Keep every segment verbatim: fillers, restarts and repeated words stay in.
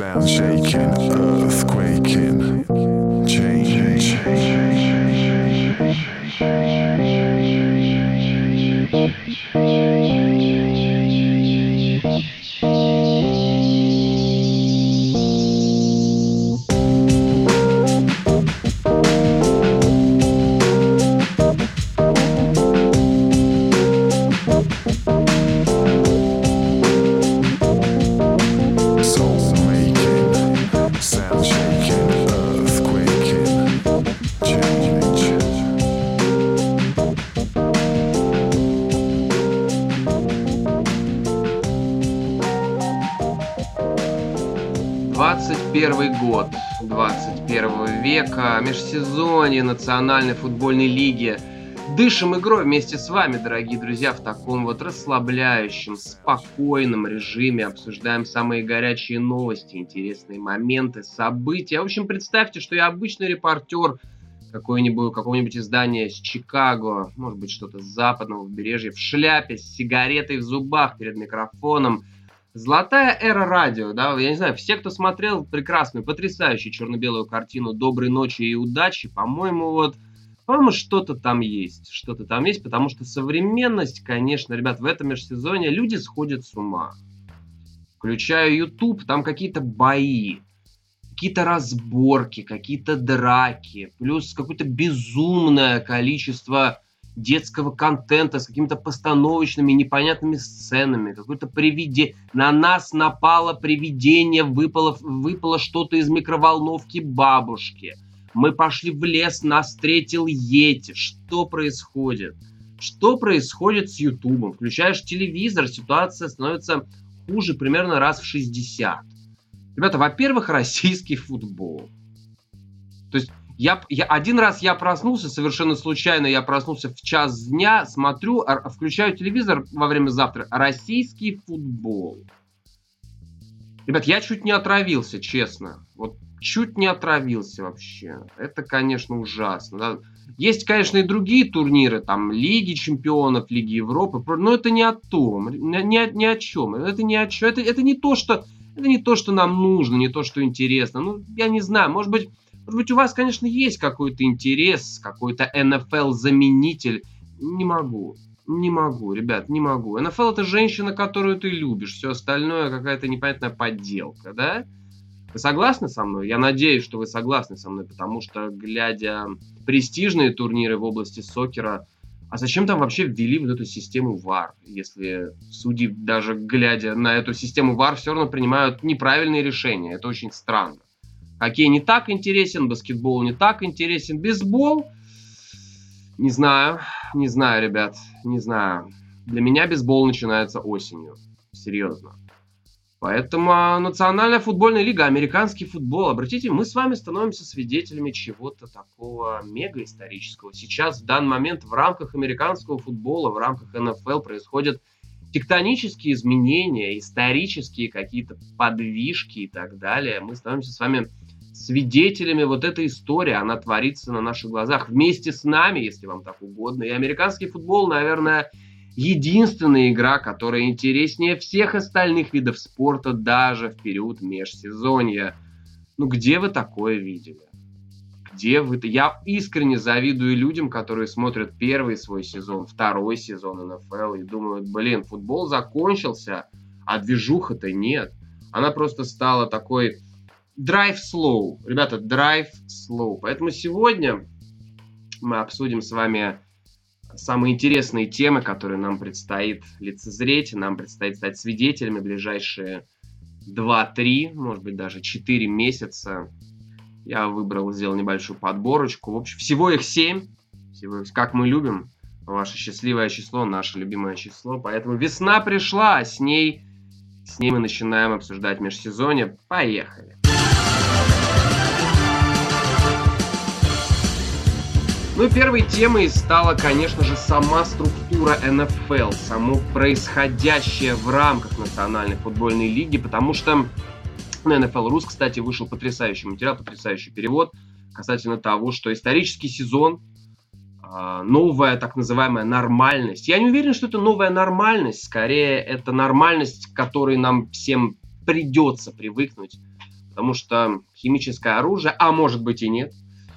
Sound shaking, earth quaking, change. двадцать первый год двадцать первого века, межсезонье Национальной футбольной лиги. Дышим игрой вместе с вами, дорогие друзья, в таком вот расслабляющем, спокойном режиме. Обсуждаем самые горячие новости, интересные моменты, события. В общем, представьте, что я обычный репортер какого-нибудь, какого-нибудь издания с Чикаго, может быть, что-то с западного побережья, в шляпе, с сигаретой в зубах перед микрофоном. Золотая эра радио, да, я не знаю, все, кто смотрел прекрасную, потрясающую черно-белую картину «Доброй ночи и удачи», по-моему, вот, по-моему, что-то там есть, что-то там есть, потому что современность, конечно, ребят, в этом межсезонье люди сходят с ума. Включаю YouTube, там какие-то бои, какие-то разборки, какие-то драки, плюс какое-то безумное количество детского контента с какими-то постановочными непонятными сценами, какое-то привидение. На нас напало привидение, выпало, выпало что-то из микроволновки бабушки. Мы пошли в лес, нас встретил Йети. Что происходит? Что происходит с Ютубом? Включаешь телевизор, ситуация становится хуже примерно раз в шестьдесят. Ребята, во-первых, российский футбол. То есть Я, я, один раз я проснулся, совершенно случайно я проснулся в час дня, смотрю, а, включаю телевизор во время завтрака, российский футбол. Ребят, я чуть не отравился, честно. Вот чуть не отравился вообще. Это, конечно, ужасно. Да? Есть, конечно, и другие турниры, там, Лиги Чемпионов, Лиги Европы, но это не о том, ни, ни о чем. Это не о чем. Это, это не то, что, это не то, что нам нужно, не то, что интересно. Ну, я не знаю, может быть, Может быть, у вас, конечно, есть какой-то интерес, какой-то эн эф эл-заменитель. Не могу. Не могу, ребят, не могу. эн эф эл — это женщина, которую ты любишь. Все остальное какая-то непонятная подделка, да? Вы согласны со мной? Я надеюсь, что вы согласны со мной, потому что, глядя престижные турниры в области сокера, а зачем там вообще ввели вот эту систему вар? Если судьи, даже глядя на эту систему вар, все равно принимают неправильные решения. Это очень странно. Хоккей не так интересен, баскетбол не так интересен, бейсбол, не знаю, не знаю, ребят, не знаю. Для меня бейсбол начинается осенью, серьезно. Поэтому Национальная футбольная лига, американский футбол, обратите, мы с вами становимся свидетелями чего-то такого мегаисторического. Сейчас, в данный момент, в рамках американского футбола, в рамках эн эф эл происходят тектонические изменения, исторические какие-то подвижки и так далее. Мы становимся с вами свидетелями вот этой истории, она творится на наших глазах вместе с нами, если вам так угодно. И американский футбол, наверное, единственная игра, которая интереснее всех остальных видов спорта даже в период межсезонья. Ну где вы такое видели? Где вы-то? Я искренне завидую людям, которые смотрят первый свой сезон, второй сезон эн эф эл и думают, блин, футбол закончился, а движуха-то нет. Она просто стала такой drive slow. Ребята, drive slow. Поэтому сегодня мы обсудим с вами самые интересные темы, которые нам предстоит лицезреть, нам предстоит стать свидетелями в ближайшие два-три, может быть, даже четыре месяца. Я выбрал, сделал небольшую подборочку. В общем, всего их семь. Всего их, как мы любим. Ваше счастливое число, наше любимое число. Поэтому весна пришла, а с ней, с ней мы начинаем обсуждать межсезонье. Поехали. Ну и первой темой стала, конечно же, сама структура эн эф эл, само происходящее в рамках Национальной футбольной лиги, потому что на эн эф эл Рус, кстати, вышел потрясающий материал, потрясающий перевод касательно того, что исторический сезон, новая так называемая нормальность. Я не уверен, что это новая нормальность, скорее это нормальность, к которой нам всем придется привыкнуть Потому что химическое оружие, а может быть и нет,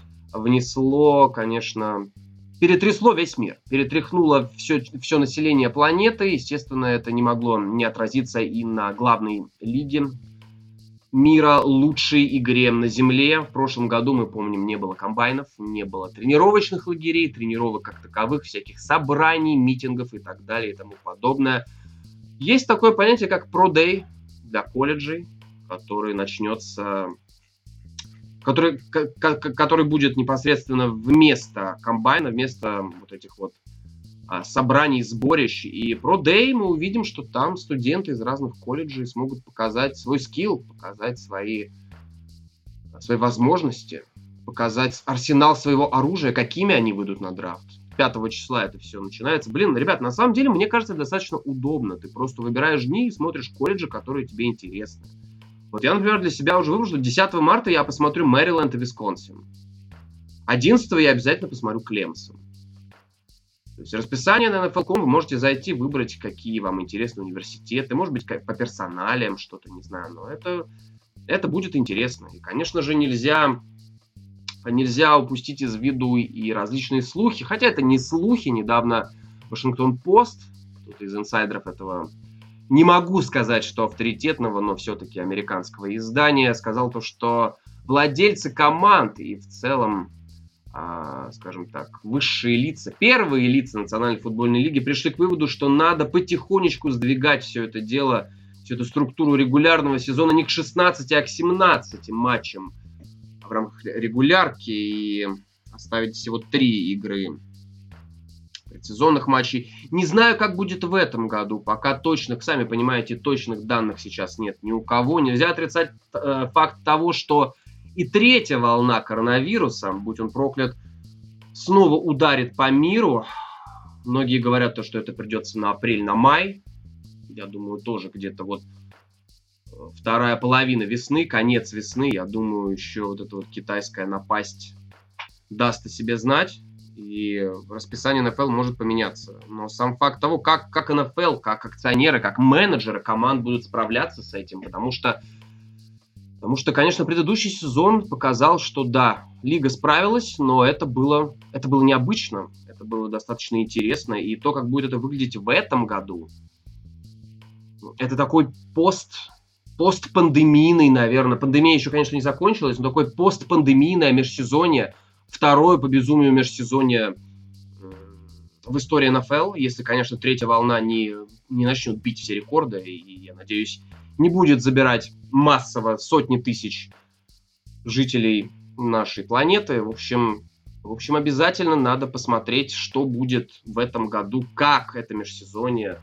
внесло, конечно, перетрясло весь мир, перетряхнуло все, все население планеты. Естественно, это не могло не отразиться и на главной лиге мира, лучшей игре на Земле. В прошлом году, мы помним, не было комбайнов, не было тренировочных лагерей, тренировок как таковых, всяких собраний, митингов и так далее и тому подобное. Есть такое понятие, как Pro Day для колледжей, который начнется, который, который будет непосредственно вместо комбайна, вместо вот этих вот собраний, сборищ. И Pro Day мы увидим, что там студенты из разных колледжей смогут показать свой скилл, показать свои, свои возможности, показать арсенал своего оружия, какими они выйдут на драфт. пятого числа это все начинается. Блин, ребят, на самом деле, мне кажется, достаточно удобно. Ты просто выбираешь дни и смотришь колледжи, которые тебе интересны. Вот я, например, для себя уже выбрал, что десятого марта я посмотрю Мэриленд и Висконсин. одиннадцатого я обязательно посмотрю Клемсон. То есть расписание на эн эф эл точка ком вы можете зайти, выбрать, какие вам интересны университеты, может быть, по персоналиям что-то, не знаю, но это, это будет интересно. И, конечно же, нельзя, нельзя упустить из виду и различные слухи, хотя это не слухи, недавно Вашингтон-Пост, кто-то из инсайдеров этого, не могу сказать, что авторитетного, но все-таки американского издания, сказал то, что владельцы команд и в целом, А, скажем так, высшие лица, первые лица Национальной футбольной лиги пришли к выводу, что надо потихонечку сдвигать все это дело, всю эту структуру регулярного сезона не к шестнадцати, а к семнадцати матчам в рамках регулярки и оставить всего три игры предсезонных матчей. Не знаю, как будет в этом году, пока точных, сами понимаете, точных данных сейчас нет ни у кого. Нельзя отрицать э, факт того, что и третья волна коронавируса, будь он проклят, снова ударит по миру. Многие говорят, то, что это придется на апрель, на май. Я думаю, тоже где-то вот вторая половина весны, конец весны. Я думаю, еще вот эта вот китайская напасть даст о себе знать. И расписание эн эф эл может поменяться. Но сам факт того, как, как эн эф эл, как акционеры, как менеджеры команд будут справляться с этим. Потому что Потому что, конечно, предыдущий сезон показал, что да, лига справилась, но это было, это было необычно, это было достаточно интересно. И то, как будет это выглядеть в этом году, это такой пост, постпандемийный, наверное. Пандемия еще, конечно, не закончилась, но такое постпандемийное межсезонье, второе по безумию межсезонье в истории эн эф эл, если, конечно, третья волна не, не начнет бить все рекорды, и, я надеюсь, не будет забирать массово сотни тысяч жителей нашей планеты. В общем, в общем, обязательно надо посмотреть, что будет в этом году, как это межсезонье,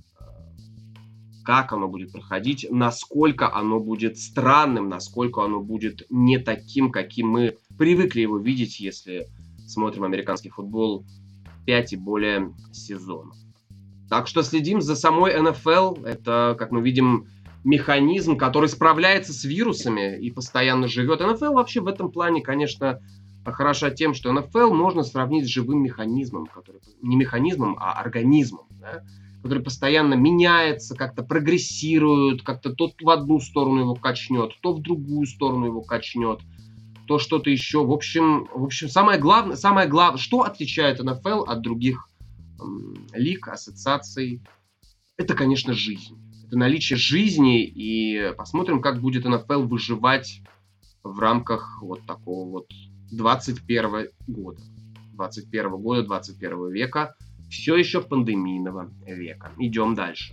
как оно будет проходить, насколько оно будет странным, насколько оно будет не таким, каким мы привыкли его видеть, если смотрим американский футбол пять и более сезонов. Так что следим за самой эн эф эл. Это, как мы видим, механизм, который справляется с вирусами и постоянно живет. эн эф эл вообще в этом плане, конечно, хороша тем, что эн эф эл можно сравнить с живым механизмом, который, не механизмом, а организмом, да, который постоянно меняется, как-то прогрессирует, как-то то в одну сторону его качнет, то в другую сторону его качнет, то что-то еще. В общем, в общем самое главное, самое главное, что отличает эн эф эл от других эм, лиг, ассоциаций, это, конечно, жизнь. Это наличие жизни, и посмотрим, как будет эн эф эл выживать в рамках вот такого вот двадцать первого года. двадцать первого года, двадцать первого века. Все еще пандемийного века. Идем дальше.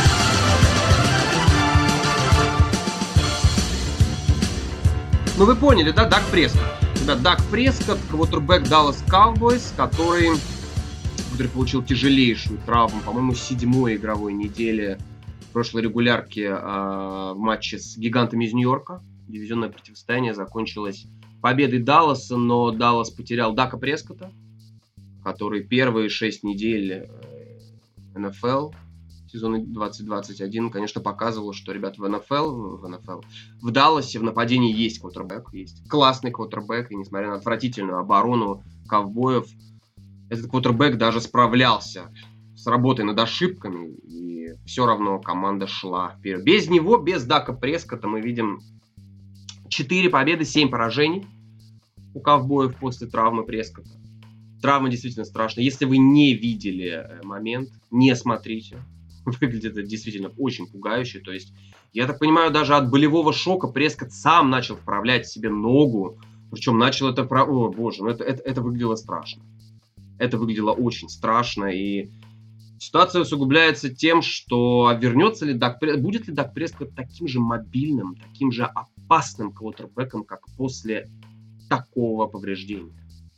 Ну вы поняли, да? Даг Прескотт. Да, Даг Прескотт, квотербэк Dallas Cowboys, который, который получил тяжелейшую травму, по-моему, седьмой игровой недели прошлой регулярки э, в матче с гигантами из Нью-Йорка. Дивизионное противостояние закончилось победой Далласа, но Даллас потерял Дака Прескотта, который первые шесть недель эн эф эл сезона двадцать двадцать один, конечно, показывал, что, ребят, в эн эф эл, в эн эф эл, в Далласе в нападении есть квотербэк, есть классный квотербэк, и несмотря на отвратительную оборону ковбоев, этот квотербэк даже справлялся с работой над ошибками, и все равно команда шла вперед. Без него, без Дака Прескотта мы видим четыре победы, семь поражений у ковбоев после травмы Прескотта. Травма действительно страшная. Если вы не видели момент, не смотрите. Выглядит это действительно очень пугающе. То есть, я так понимаю, даже от болевого шока Прескотт сам начал вправлять себе ногу. Причем начал это... О, боже, ну это, это, это выглядело страшно. Это выглядело очень страшно. И ситуация усугубляется тем, что вернется ли Даг Прескотт, будет ли Даг Прескотт таким же мобильным, таким же опасным квотербеком, как после такого повреждения.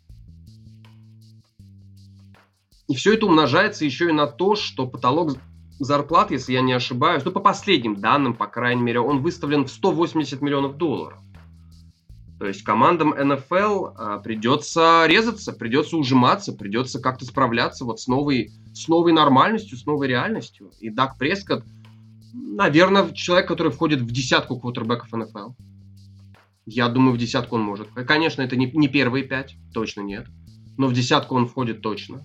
И все это умножается еще и на то, что потолок зарплат, если я не ошибаюсь, ну, по последним данным, по крайней мере, он выставлен в сто восемьдесят миллионов долларов. То есть командам эн эф эл а, придется резаться, придется ужиматься, придется как-то справляться вот с новой, с новой нормальностью, с новой реальностью. И Даг Прескотт, наверное, человек, который входит в десятку квотербеков эн эф эл. Я думаю, в десятку он может. Конечно, это не, не первые пять, точно нет. Но в десятку он входит точно.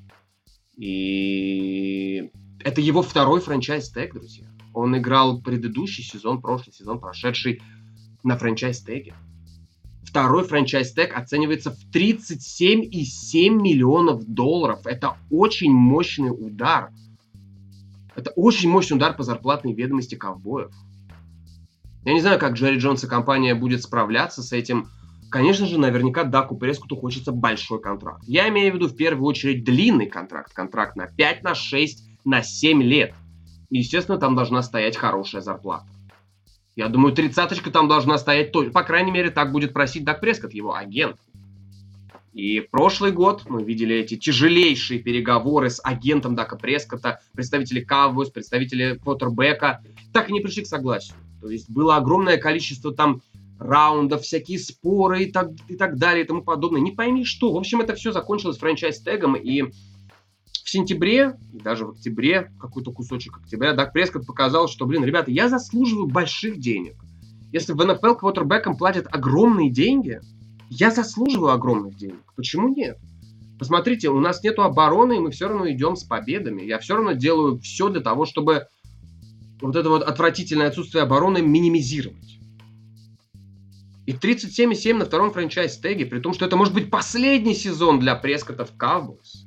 И это его второй франчайз-тег, друзья. Он играл предыдущий сезон, прошлый сезон, прошедший на франчайз-теге. Второй франчайз-тег оценивается в тридцать семь и семь миллионов долларов. Это очень мощный удар. Это очень мощный удар по зарплатной ведомости ковбоев. Я не знаю, как Джерри Джонс и компания будет справляться с этим. Конечно же, наверняка Даку Прескотту хочется большой контракт. Я имею в виду в первую очередь длинный контракт. Контракт на пять, на шесть, на семь лет. И, естественно, там должна стоять хорошая зарплата. Я думаю, тридцаточка там должна стоять точно. По крайней мере, так будет просить Даг Прескотт, его агент. И прошлый год мы видели эти тяжелейшие переговоры с агентом Дака Прескотта, представители Cowboys, представители квотербека, так и не пришли к согласию. То есть было огромное количество там раундов, всякие споры и так, и так далее и тому подобное. Не пойми что. В общем, это все закончилось франчайз-тегом, и в сентябре, и даже в октябре, какой-то кусочек октября, Даг Прескотт показал, что, блин, ребята, я заслуживаю больших денег. Если в эн эф эл квотербекам платят огромные деньги, я заслуживаю огромных денег. Почему нет? Посмотрите, у нас нету обороны, и мы все равно идем с победами. Я все равно делаю все для того, чтобы вот это вот отвратительное отсутствие обороны минимизировать. И тридцать семь и семь на втором франчайз-теге, при том, что это может быть последний сезон для Прескотта в Cowboys.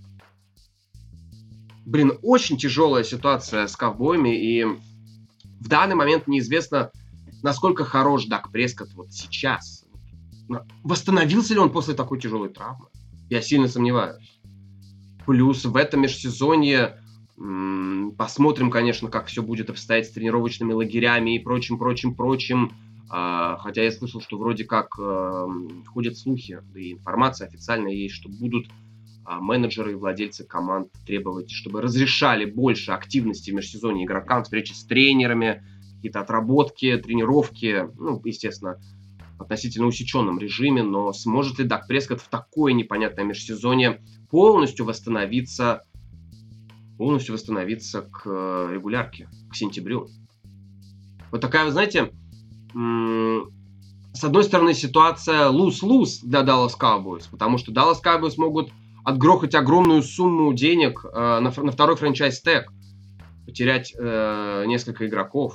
Блин, очень тяжелая ситуация с ковбоями, и в данный момент неизвестно, насколько хорош Даг Прескотт вот сейчас. Восстановился ли он после такой тяжелой травмы? Я сильно сомневаюсь. Плюс в этом межсезонье м- посмотрим, конечно, как все будет обстоять с тренировочными лагерями и прочим, прочим, прочим. А, хотя я слышал, что вроде как а, ходят слухи, да и информация официальная есть, что будут а, менеджеры и владельцы команд требовать, чтобы разрешали больше активности в межсезонье игрокам, встречи с тренерами, какие-то отработки, тренировки, ну, естественно, в относительно усеченном режиме, но сможет ли Даг Прескотт в такое непонятное межсезонье полностью восстановиться, полностью восстановиться к регулярке, к сентябрю? Вот такая, вы знаете, м- с одной стороны, ситуация lose-lose для Dallas Cowboys, потому что Dallas Cowboys могут отгрохать огромную сумму денег э, на, фр- на второй франчайз-тег, потерять э, несколько игроков.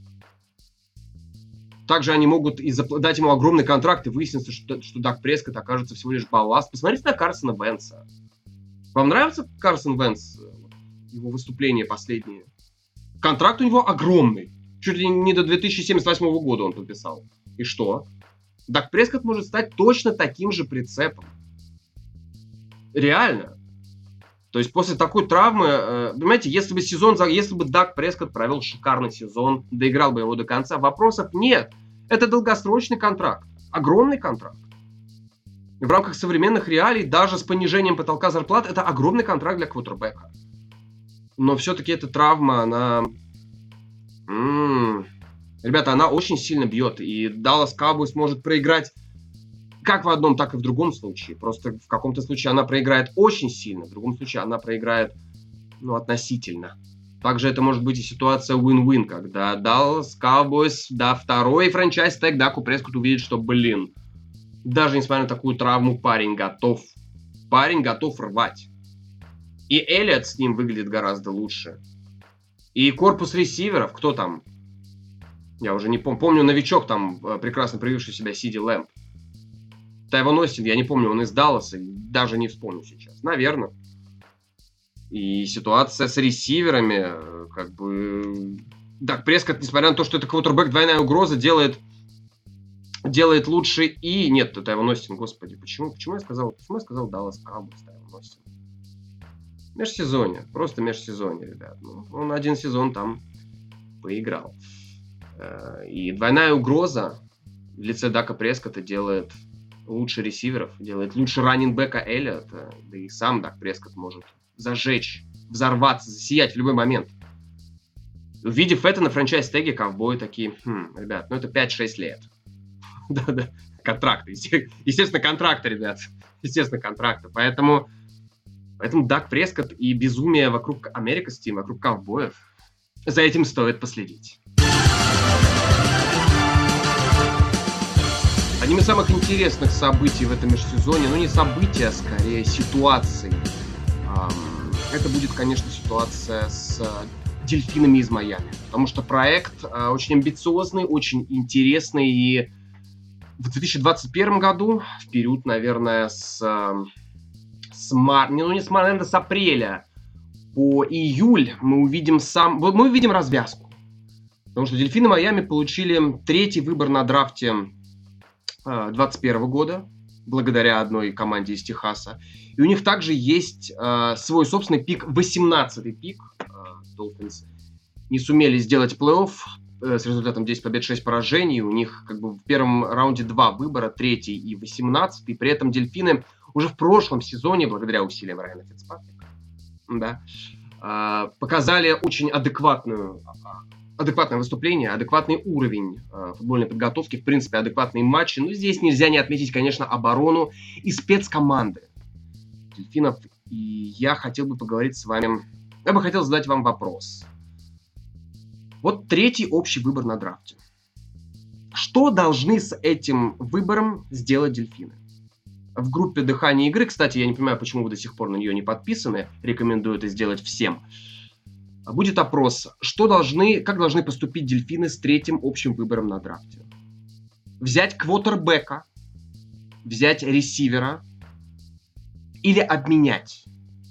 Также они могут и запл- дать ему огромный контракт, и выяснится, что, что Даг Прескотт окажется всего лишь балласт. Посмотрите на Карсона Венца. Вам нравится Карсон Венц? Его выступление последнее? Контракт у него огромный. Чуть ли не до две тысячи семьдесят восьмого года он подписал. И что? Даг Прескотт может стать точно таким же прицепом. Реально. То есть после такой травмы, э, понимаете, если бы сезон, если бы Даг Прескотт провел шикарный сезон, доиграл бы его до конца, вопросов нет. Это долгосрочный контракт, огромный контракт. В рамках современных реалий, даже с понижением потолка зарплат, это огромный контракт для квотербека. Но все-таки эта травма, она... М-м-м. Ребята, она очень сильно бьет, и Dallas Cowboys может проиграть как в одном, так и в другом случае. Просто в каком-то случае она проиграет очень сильно, в другом случае она проиграет, ну, относительно. Также это может быть и ситуация win-win, когда Dallas Cowboys, да, второй франчайз-тег Даку Прескотту увидит, что, блин, даже несмотря на такую травму, парень готов. Парень готов рвать. И Эллиот с ним выглядит гораздо лучше. И корпус ресиверов, кто там? Я уже не помню. Помню, новичок там, прекрасно проявивший себя, Сиди Лэмп. Тайвон Остин, я не помню, он из Далласа, даже не вспомню сейчас. Наверное. И ситуация с ресиверами, как бы... Даг Прескотт, несмотря на то, что это квотербэк, двойная угроза, делает, делает лучше и... Нет, это Тайвон Остин, господи, почему, почему я сказал, почему я сказал Даллас Cowboys, Тайвон Остин? Межсезонье, просто межсезонье, ребят. Ну, он один сезон там поиграл. И двойная угроза в лице Дака Прескотта делает лучше ресиверов, делает лучше раннинбека Эллиота, да и сам Дак Прескотт может зажечь, взорваться, засиять в любой момент. Увидев это на франчайз-теге, ковбои такие, хм, ребят, ну это пять-шесть лет. Да-да, контракты, естественно, контракты, ребят, естественно, контракты, поэтому... Поэтому Дак Прескотт и безумие вокруг America's Team, вокруг ковбоев, за этим стоит последить. Одним из самых интересных событий в этом межсезонье, ну не события, а скорее ситуации, это будет, конечно, ситуация с дельфинами из Майами. Потому что проект очень амбициозный, очень интересный. И в две тысячи двадцать первом году, в период, наверное, с... С мар... ну, не с мар... наверное, с апреля по июль мы увидим сам... мы увидим развязку. Потому что дельфины Майами получили третий выбор на драфте двадцать первого года, благодаря одной команде из Техаса. И у них также есть э, свой собственный пик, восемнадцатый пик. Долфинс не сумели сделать плей-офф э, с результатом десять побед, шесть поражений. У них как бы в первом раунде два выбора, третий и восемнадцатый. При этом дельфины уже в прошлом сезоне, благодаря усилиям Райана Фицпатрика, да, э, показали очень адекватную, адекватное выступление, адекватный уровень э, футбольной подготовки, в принципе, адекватные матчи. Но здесь нельзя не отметить, конечно, оборону и спецкоманды дельфинов. И я хотел бы поговорить с вами, я бы хотел задать вам вопрос. Вот третий общий выбор на драфте. Что должны с этим выбором сделать дельфины? В группе «Дыхание игры», кстати, я не понимаю, почему вы до сих пор на нее не подписаны, рекомендую это сделать всем. Будет опрос, что должны, как должны поступить дельфины с третьим общим выбором на драфте. Взять квотербека, взять ресивера или обменять.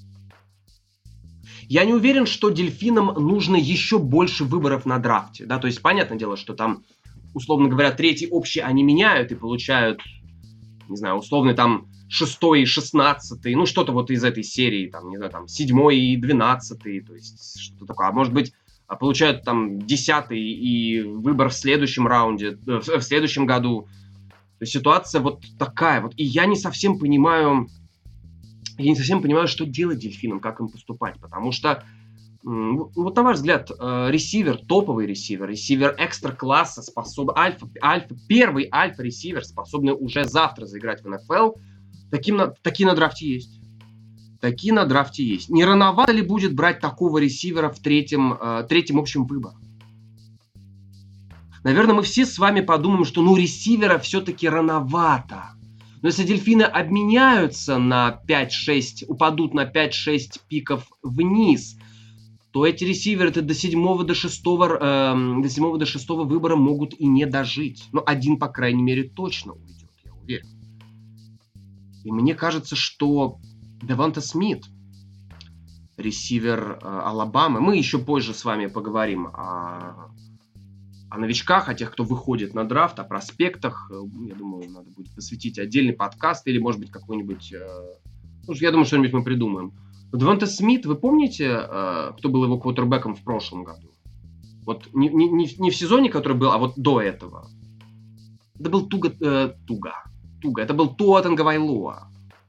Я не уверен, что дельфинам нужно еще больше выборов на драфте. Да? То есть, понятное дело, что там, условно говоря, третий общий они меняют и получают, не знаю, условно там шестой и шестнадцатый, ну что-то вот из этой серии, там, не знаю, там седьмой и двенадцатый, то есть что-то такое. А может быть, получают там десятый и выбор в следующем раунде, в следующем году. То есть ситуация вот такая вот. И я не совсем понимаю, я не совсем понимаю, что делать дельфинам, как им поступать, потому что вот на ваш взгляд, ресивер, топовый ресивер, ресивер экстра-класса, способный, альфа, альфа, первый альфа-ресивер, способный уже завтра заиграть в эн эф эл, таким на, такие на драфте есть. Такие на драфте есть. Не рановато ли будет брать такого ресивера в третьем, э, третьем общем выборе? Наверное, мы все с вами подумаем, что ну ресивера все-таки рановато. Но если дельфины обменяются на пять-шесть, упадут на пять-шесть пиков вниз, то эти ресиверы до седьмого, до шестого, э, до седьмого, до шестого выбора могут и не дожить. Но один, по крайней мере, точно уйдет, я уверен. И мне кажется, что Девонта Смит, ресивер э, Алабамы, мы еще позже с вами поговорим о, о новичках, о тех, кто выходит на драфт, о проспектах. Я думаю, надо будет посвятить отдельный подкаст или, может быть, какой-нибудь... Э, ну, я думаю, что-нибудь мы придумаем. Девонта Смит, вы помните, э, кто был его квотербеком в прошлом году? Вот не, не, не в сезоне, который был, а вот до этого. Это был Туга... Э, Туга. Туга. Это был Туа Таговаилоа.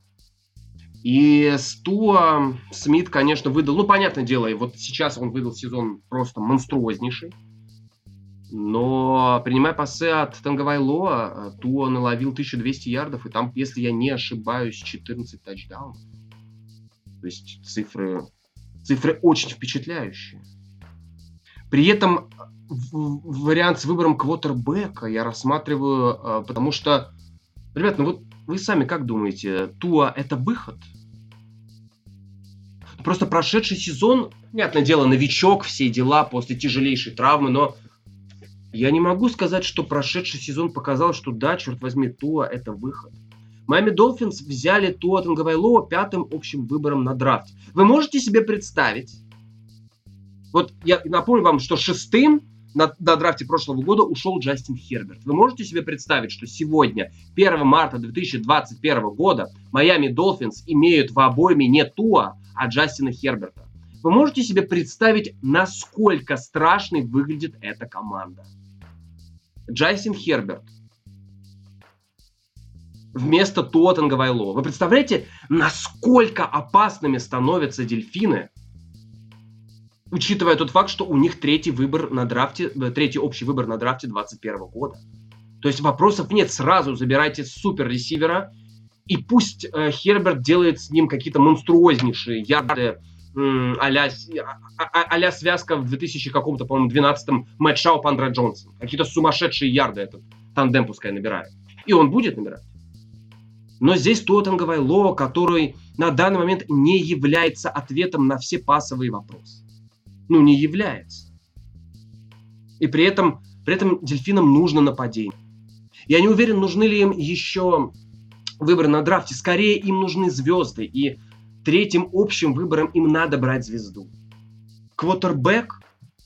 И с Туа Смит, конечно, выдал... Ну, понятное дело, и вот сейчас он выдал сезон просто монструознейший. Но, принимая пассы от Таговаилоа, Туа наловил тысячу двести ярдов, и там, если я не ошибаюсь, четырнадцать тачдаунов. То есть цифры, цифры очень впечатляющие. При этом в, вариант с выбором квотербека я рассматриваю, потому что, ребят, ну вот вы сами как думаете, Туа это выход? Просто прошедший сезон, понятное дело, новичок, все дела после тяжелейшей травмы, но Я не могу сказать, что прошедший сезон показал, что да, черт возьми, Туа — это выход. Майами Долфинс взяли Туа Таговаилоа пятым общим выбором на драфте. Вы можете себе представить? Вот я напомню вам, что шестым на, на драфте прошлого года ушел Джастин Херберт. Вы можете себе представить, что сегодня, первого марта две тысячи двадцать первого года, Майами Долфинс имеют в обойме не Туа, а Джастина Херберта? Вы можете себе представить, насколько страшной выглядит эта команда? Джастин Херберт вместо Туа Таговаилоа. Вы представляете, насколько опасными становятся дельфины, учитывая тот факт, что у них третий выбор на драфте, третий общий выбор на драфте двадцать первого года. То есть вопросов нет. Сразу забирайте супер-ресивера, и пусть э, Херберт делает с ним какие-то монструознейшие ярды, м- а-ля, а- а-ля связка в две тысячи каком-то, по-моему, двенадцатом матчауп Андре Джонсон. Какие-то сумасшедшие ярды этот тандем пускай набирает. И он будет набирать. Но здесь Туа Таговаилоа, который на данный момент не является ответом на все пасовые вопросы. Ну, не является. И при этом, при этом дельфинам нужно нападение. Я не уверен, нужны ли им еще выборы на драфте. Скорее, им нужны звезды. И третьим общим выбором им надо брать звезду. Квотербэк.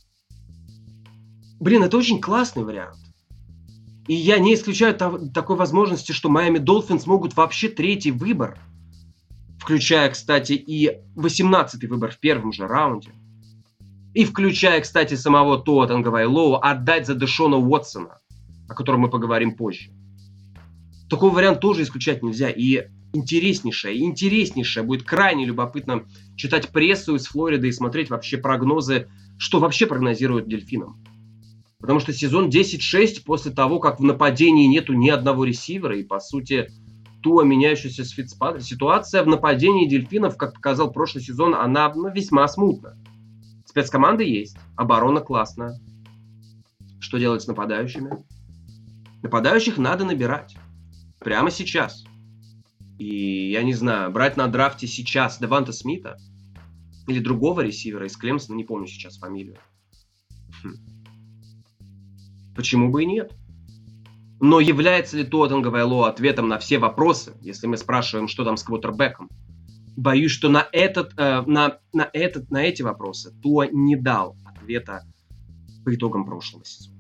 Блин, это очень классный вариант. И я не исключаю того, такой возможности, что Майами Долфинс могут вообще третий выбор, включая, кстати, и восемнадцатый выбор в первом же раунде, и включая, кстати, самого Туа Таговаилоа, отдать за Дэшона Уотсона, о котором мы поговорим позже. Такой вариант тоже исключать нельзя. И интереснейшее, интереснейшее будет крайне любопытно читать прессу из Флориды и смотреть вообще прогнозы, что вообще прогнозируют дельфинам. Потому что сезон десять шесть, после того, как в нападении нету ни одного ресивера, и, по сути, Туа, меняющаяся с Фицпатриком, ситуация в нападении дельфинов, как показал прошлый сезон, она ну, весьма смутна. Спецкоманды есть, оборона классная. Что делать с нападающими? Нападающих надо набирать. Прямо сейчас. И, я не знаю, брать на драфте сейчас Деванта Смита или другого ресивера из Клемсона, не помню сейчас фамилию. Хм. Почему бы и нет? Но является ли Туа Таговаилоа ответом на все вопросы, если мы спрашиваем, что там с квотербеком? Боюсь, что на, этот, э, на, на, этот, на эти вопросы Туа не дал ответа по итогам прошлого сезона.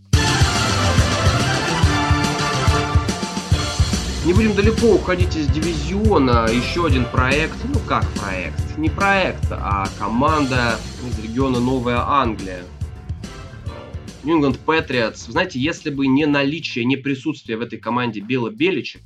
Не будем далеко уходить из дивизиона. Еще один проект, ну как проект? Не проект, а команда из региона Новая Англия. New England Patriots. Знаете, если бы не наличие, не присутствие в этой команде Билла Беличека,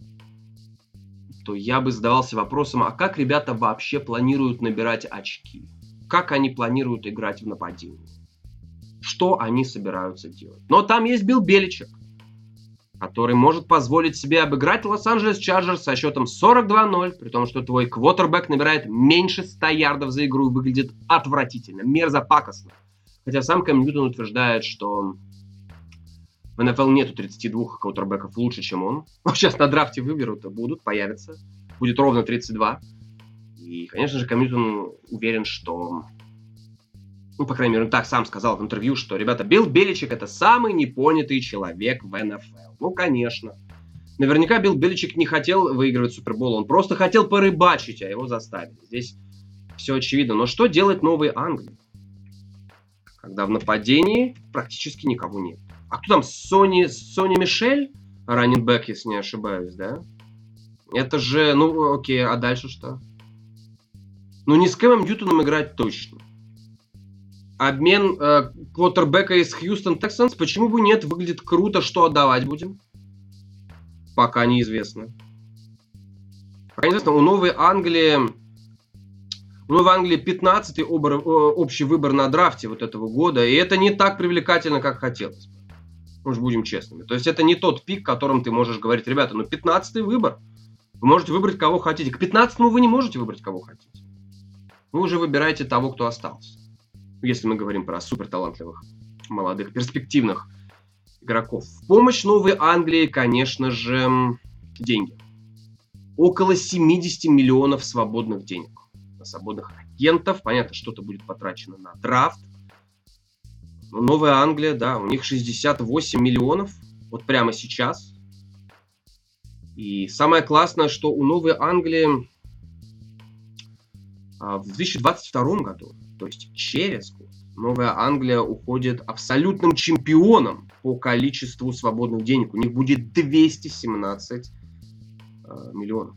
то я бы задавался вопросом, а как ребята вообще планируют набирать очки? Как они планируют играть в нападении? Что они собираются делать? Но там есть Билл Беличек, который может позволить себе обыграть Лос-Анджелес Чарджерс со счетом сорок два ноль, при том, что твой квотербек набирает меньше ста ярдов за игру и выглядит отвратительно, мерзопакостно. Хотя сам Кэм Ньютон утверждает, что в эн эф эл нету тридцати двух квотербеков лучше, чем он. Сейчас на драфте выберут, будут, появятся. Будет ровно тридцать два. И, конечно же, Кэм Ньютон уверен, что... Ну, по крайней мере, он так сам сказал в интервью, что, ребята, Билл Беличек — это самый непонятый человек в эн эф эл. Ну, конечно. Наверняка Билл Беличек не хотел выигрывать Супербол, он просто хотел порыбачить, а его заставили. Здесь все очевидно. Но что делать Новой Англии, когда в нападении практически никого нет? А кто там? Сони, Сони Мишель? Раннинбэк, если не ошибаюсь, да? Это же... Ну, окей, а дальше что? Ну, не с Кэмом Ньютоном играть точно. Обмен э, квотербека из Хьюстон Texans, почему бы нет? Выглядит круто. Что отдавать будем? Пока неизвестно. Пока неизвестно. У Новой Англии... У Новой Англии пятнадцатый обор, общий выбор на драфте вот этого года. И это не так привлекательно, как хотелось бы. Уж будем честными. То есть это не тот пик, которым ты можешь говорить, ребята, ну пятнадцатый выбор. Вы можете выбрать, кого хотите. К пятнадцатому вы не можете выбрать, кого хотите. Вы уже выбираете того, кто остался. Если мы говорим про суперталантливых, молодых, перспективных игроков. В помощь Новой Англии, конечно же, деньги. Около семьдесят миллионов свободных денег. На свободных агентов. Понятно, что-то будет потрачено на драфт. Новая Англия, да, у них шестьдесят восемь миллионов вот прямо сейчас. И самое классное, что у Новой Англии в две тысячи двадцать втором году, то есть через год, Новая Англия уходит абсолютным чемпионом по количеству свободных денег. У них будет двести семнадцать э, миллионов.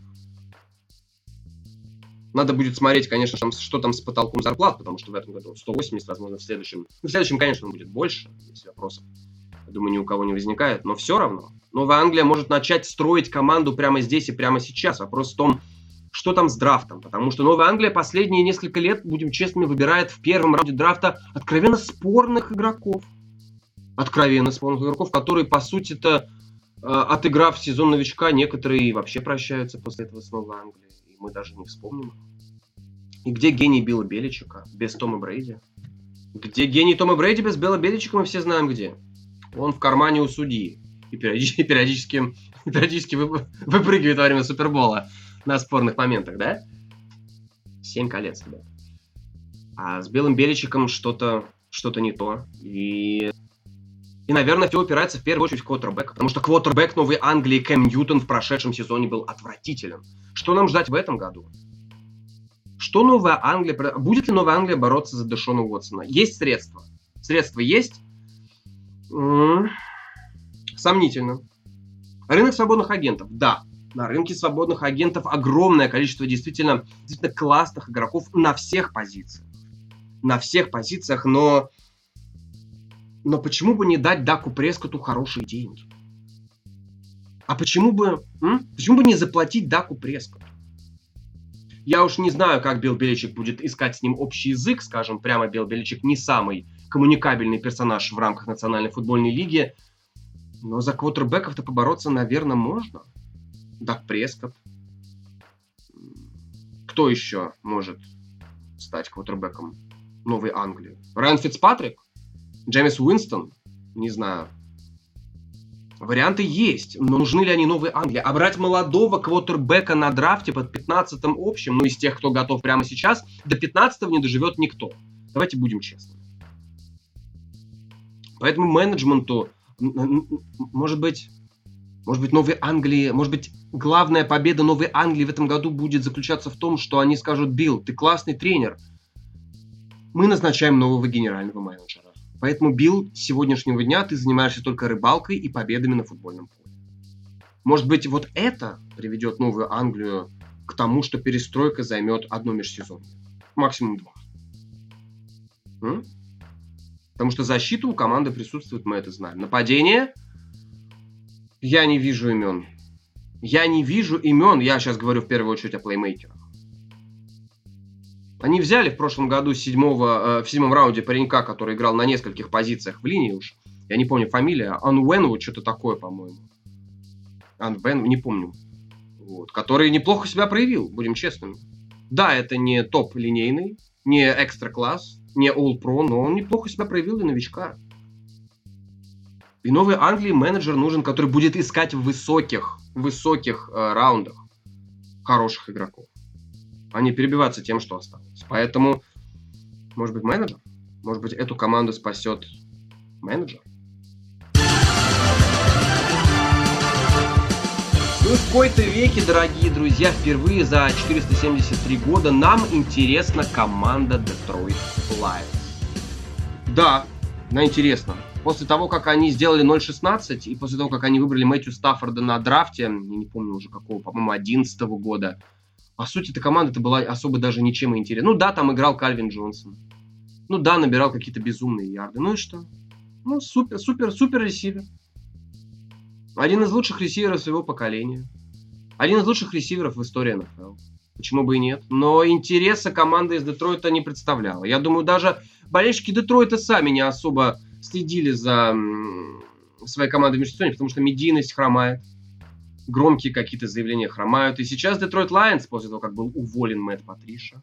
Надо будет смотреть, конечно, там, что там с потолком зарплат, потому что в этом году сто восемьдесят, возможно, в следующем. В следующем, конечно, он будет больше, если вопросов, я думаю, ни у кого не возникает. Но все равно Новая Англия может начать строить команду прямо здесь и прямо сейчас. Вопрос в том, что там с драфтом. Потому что Новая Англия последние несколько лет, будем честными, выбирает в первом раунде драфта откровенно спорных игроков. Откровенно спорных игроков, которые, по сути-то, э, отыграв сезон новичка, некоторые вообще прощаются после этого с Новой Англией. И мы даже не вспомним. И где гений Билла Беличика без Тома Брейди? Где гений Тома Брейди без Билла Беличика, мы все знаем где. Он в кармане у судьи. И периодически, периодически, периодически выпрыгивает во время Супербола на спорных моментах, да? Семь колец, ребят. А с Биллом Беличиком что-то, что-то не то. И, и, наверное, все упирается в первую очередь в квотербека. Потому что квотербек Новой Англии Кэм Ньютон в прошедшем сезоне был отвратителен. Что нам ждать в этом году? Что Новая Англия... Будет ли Новая Англия бороться за Дэшона Уотсона? Есть средства. Средства есть. М-м- сомнительно. Рынок свободных агентов. Да. На рынке свободных агентов огромное количество действительно, действительно классных игроков на всех позициях. На всех позициях, но... Но почему бы не дать Даку Прескотту хорошие деньги? А почему бы... М? Почему бы не заплатить Даку Прескотту? Я уж не знаю, как Билл Беличик будет искать с ним общий язык. Скажем, прямо Билл Беличик не самый коммуникабельный персонаж в рамках Национальной футбольной лиги. Но за квотербеков-то побороться, наверное, можно. Дак Прескотт. Кто еще может стать квотербеком Новой Англии? Райан Фицпатрик? Джеймс Уинстон? Не знаю. Варианты есть, но нужны ли они Новой Англии? А брать молодого квотербека на драфте под пятнадцатым общим, ну из тех, кто готов прямо сейчас, до пятнадцатого не доживет никто. Давайте будем честными. Поэтому менеджменту, может быть, может быть, Новой Англии, может быть, главная победа Новой Англии в этом году будет заключаться в том, что они скажут: Билл, ты классный тренер, мы назначаем нового генерального менеджера. Поэтому, Билл, с сегодняшнего дня ты занимаешься только рыбалкой и победами на футбольном поле. Может быть, вот это приведет Новую Англию к тому, что перестройка займет одно межсезонье. Максимум два. М? Потому что защита у команды присутствует, мы это знаем. Нападение? Я не вижу имен. Я не вижу имен. Я сейчас говорю в первую очередь о плеймейкерах. Они взяли в прошлом году седьмого, э, в седьмом раунде паренька, который играл на нескольких позициях в линии уж. Я не помню фамилия. Анвенвуд, что-то такое, по-моему. Анвенвуд, не помню. Вот. Который неплохо себя проявил, будем честными. Да, это не топ-линейный, не экстра-класс, не All-Pro, но он неплохо себя проявил для новичка. И Новой Англии менеджер нужен, который будет искать в высоких, высоких э, раундах хороших игроков, а не перебиваться тем, что осталось. Поэтому, может быть, менеджер? Может быть, эту команду спасет менеджер? Ну и в кои-то веке, дорогие друзья, впервые за четыреста семьдесят три года нам интересна команда Detroit Lions. Да, она интересна. После того, как они сделали ноль шестнадцать, и после того, как они выбрали Мэтью Стаффорда на драфте, я не помню уже какого, по-моему, одиннадцатого года, по сути, эта команда-то была особо даже ничем и интересна. Ну да, там играл Кальвин Джонсон. Ну да, набирал какие-то безумные ярды. Ну и что? Ну, супер, супер, супер ресивер. Один из лучших ресиверов своего поколения. Один из лучших ресиверов в истории эн эф эл. Почему бы и нет? Но интереса команда из Детройта не представляла. Я думаю, даже болельщики Детройта сами не особо следили за м, своей командой в межсезонье, потому что медийность хромает. Громкие какие-то заявления хромают. И сейчас Detroit Lions, после того, как был уволен Мэтт Патриша,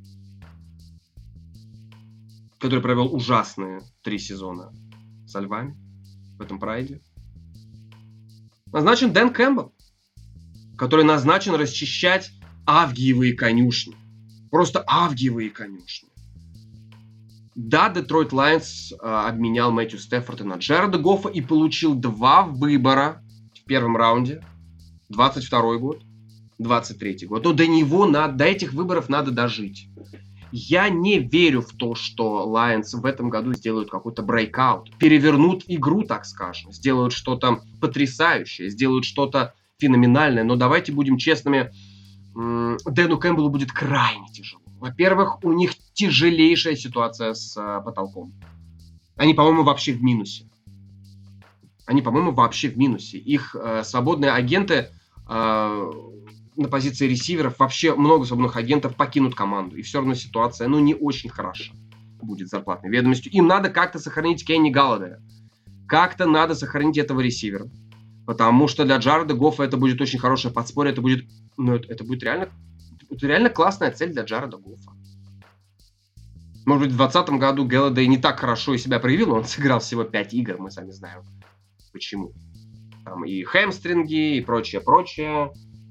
который провел ужасные три сезона со львами в этом прайде, назначен Дэн Кэмпбелл, который назначен расчищать авгиевые конюшни. Просто авгиевые конюшни. Да, Детройт Лайонс э, обменял Мэтью Стефорда на Джареда Гоффа и получил два выбора в первом раунде. двадцать второй год, двадцать третий год. Но до него надо, до этих выборов надо дожить. Я не верю в то, что Лайонс в этом году сделают какой-то брейкаут, перевернут игру, так скажем, сделают что-то потрясающее, сделают что-то феноменальное. Но давайте будем честными, Дэну Кэмпбеллу будет крайне тяжело. Во-первых, у них тяжелейшая ситуация с а, потолком. Они, по-моему, вообще в минусе. Они, по-моему, вообще в минусе. Их э, свободные агенты э, на позиции ресиверов, вообще много свободных агентов покинут команду. И все равно ситуация, ну, не очень хороша будет зарплатной ведомостью. Им надо как-то сохранить Кенни Галладея. Как-то надо сохранить этого ресивера. Потому что для Джареда Гоффа это будет очень хорошее подспорье. Это будет, ну, это, это будет реально, это реально классная цель для Джареда Гоффа. Может быть, в двадцатом году Галладей не так хорошо и себя проявил, он сыграл всего пять игр, мы сами знаем почему. Там и хэмстринги, и прочее, прочее.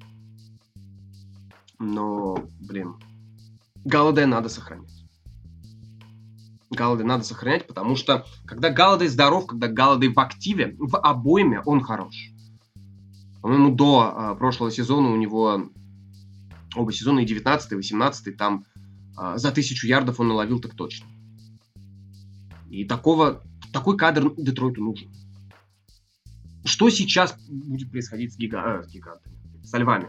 Но, блин, Галладея надо сохранять. Галладея надо сохранять, потому что когда Галладей здоров, когда Галладей в активе, в обойме, он хорош. По-моему, до а, прошлого сезона у него оба сезона, и девятнадцатый, и восемнадцатый, там а, за тысячу ярдов он наловил так точно. И такого, такой кадр Детройту нужен. Что сейчас будет происходить с, гига... э, с гигантами, со львами?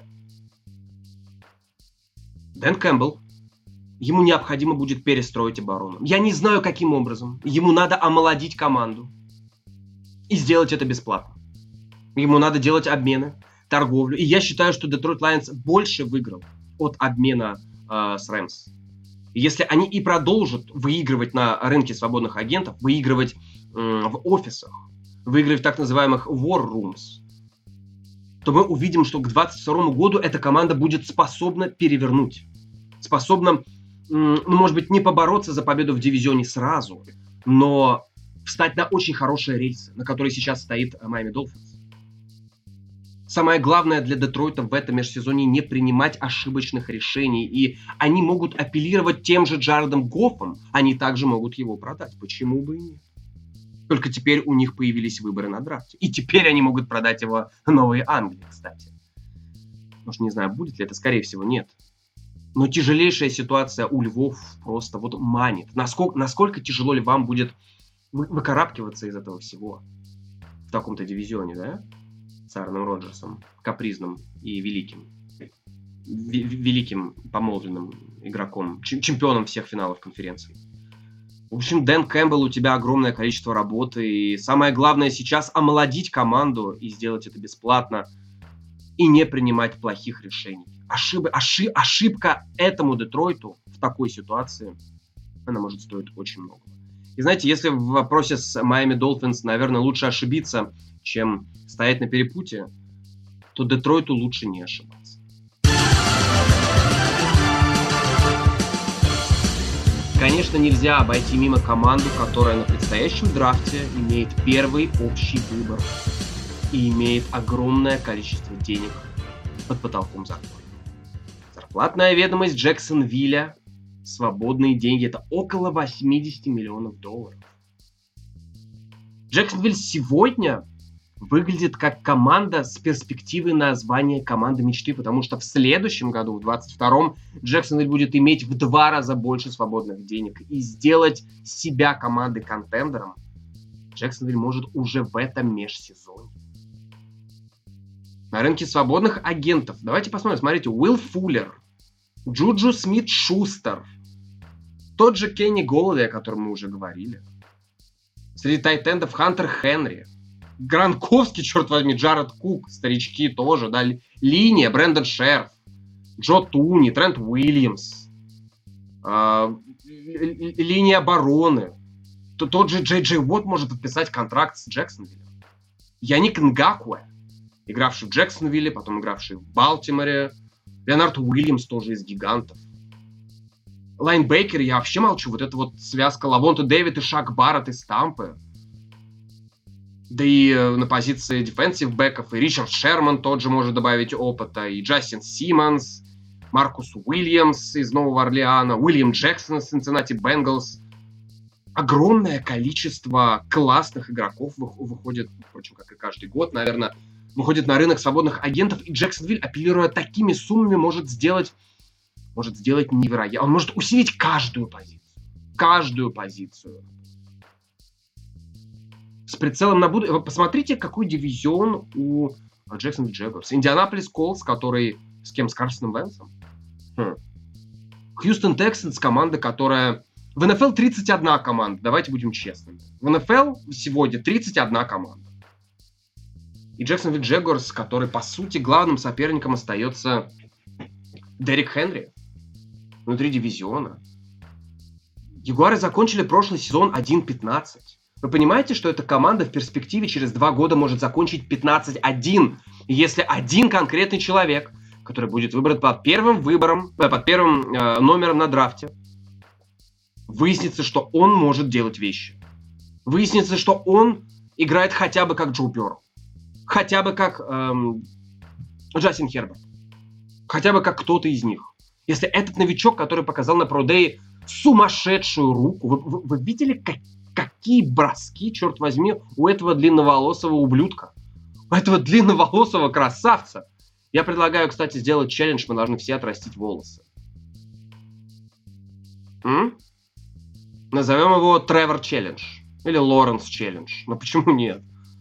Дэн Кэмпбелл, ему необходимо будет перестроить оборону. Я не знаю, каким образом. Ему надо омолодить команду. И сделать это бесплатно. Ему надо делать обмены, торговлю. И я считаю, что Детройт Лайонс больше выиграл от обмена э, с Рэмс. Если они и продолжат выигрывать на рынке свободных агентов, выигрывать э, в офисах, выигрывать в так называемых war rooms, то мы увидим, что к двадцать второму году эта команда будет способна перевернуть. Способна, ну, может быть, не побороться за победу в дивизионе сразу, но встать на очень хорошие рельсы, на которые сейчас стоит Майами Долфинс. Самое главное для Детройта в этом межсезонье не принимать ошибочных решений. И они могут апеллировать тем же Джаредом Гоффом, они также могут его продать. Почему бы и нет? Только теперь у них появились выборы на драфте. И теперь они могут продать его Новой Англии, кстати. Может, не знаю, будет ли это, скорее всего, нет. Но тяжелейшая ситуация у львов просто вот манит. Насколько, насколько тяжело львам будет вы, выкарабкиваться из этого всего в таком-то дивизионе, да? С Аароном Роджерсом, капризным и великим. В, великим помолвленным игроком, чемпионом всех финалов конференции. В общем, Дэн Кэмпбелл, у тебя огромное количество работы, и самое главное сейчас омолодить команду и сделать это бесплатно, и не принимать плохих решений. Ошиб... Ошиб... Ошибка этому Детройту в такой ситуации, она может стоить очень много. И знаете, если в вопросе с Майами Долфинс, наверное, лучше ошибиться, чем стоять на перепутье, то Детройту лучше не ошибаться. Конечно, нельзя обойти мимо команду, которая на предстоящем драфте имеет первый общий выбор и имеет огромное количество денег под потолком зарплаты. Зарплатная ведомость Джексонвилля, свободные деньги, это около восемьдесят миллионов долларов. Джексонвиль сегодня выглядит как команда с перспективой на звание команды мечты, потому что в следующем году, в двадцать втором, Джексонвиль будет иметь в два раза больше свободных денег. И сделать себя командой-контендером Джексонвиль может уже в этом межсезонье. На рынке свободных агентов, давайте посмотрим, смотрите, Уилл Фуллер, Джуджу Смит-Шустер, тот же Кенни Галладей, о котором мы уже говорили. Среди тайтендов Хантер Хенри, Гранковский, черт возьми, Джаред Кук, старички тоже, да, линия, Брэндон Шерф, Джо Туни, Трент Уильямс, э, линия обороны. Тот же Джей Джей Уотт может подписать контракт с Джексонвиллем. Яник Нгакуэ, игравший в Джексонвилле, потом игравший в Балтиморе. Леонард Уильямс тоже из гигантов. Лайнбекер, я вообще молчу, вот эта вот связка Лавонта Дэвид и Шак Барретт из Тампы. Да и на позиции дефенсив бэков и Ричард Шерман тот же может добавить опыта, и Джастин Симмонс, Маркус Уильямс из Нового Орлеана, Уильям Джексон из Cincinnati Bengals. огромное количество классных игроков выходит, впрочем, как и каждый год, наверное, выходит на рынок свободных агентов, и Джексонвилл, апеллируя такими суммами, может сделать, может сделать невероятно. Он может усилить каждую позицию. Каждую позицию. С прицелом на будущее. Посмотрите, какой дивизион у Джексонвилл Джагуарс. Индианаполис Колтс, который с кем? С Карсоном Венсом? Хм. Хьюстон Тексанс, команда, которая... В эн эф эл тридцать одна команда, давайте будем честными. В эн эф эл сегодня тридцать одна команда. И Джексонвилл Джагуарс, который, по сути, главным соперником остается Дерек Хенри внутри дивизиона. Ягуары закончили прошлый сезон один пятнадцать. Вы понимаете, что эта команда в перспективе через два года может закончить пятнадцать один, если один конкретный человек, который будет выбран под первым выбором, под первым э, номером на драфте, выяснится, что он может делать вещи. Выяснится, что он играет хотя бы как Джо Бёрроу, хотя бы как эм, Джастин Херберт, хотя бы как кто-то из них. Если этот новичок, который показал на Про-Дэй сумасшедшую руку, вы, вы, вы видели, как, какие броски, черт возьми, у этого длинноволосого ублюдка, у этого длинноволосого красавца. Я предлагаю, кстати, сделать челлендж, мы должны все отрастить волосы. М? Назовем его Тревор Челлендж. Или Лоренс Челлендж. Но почему нет?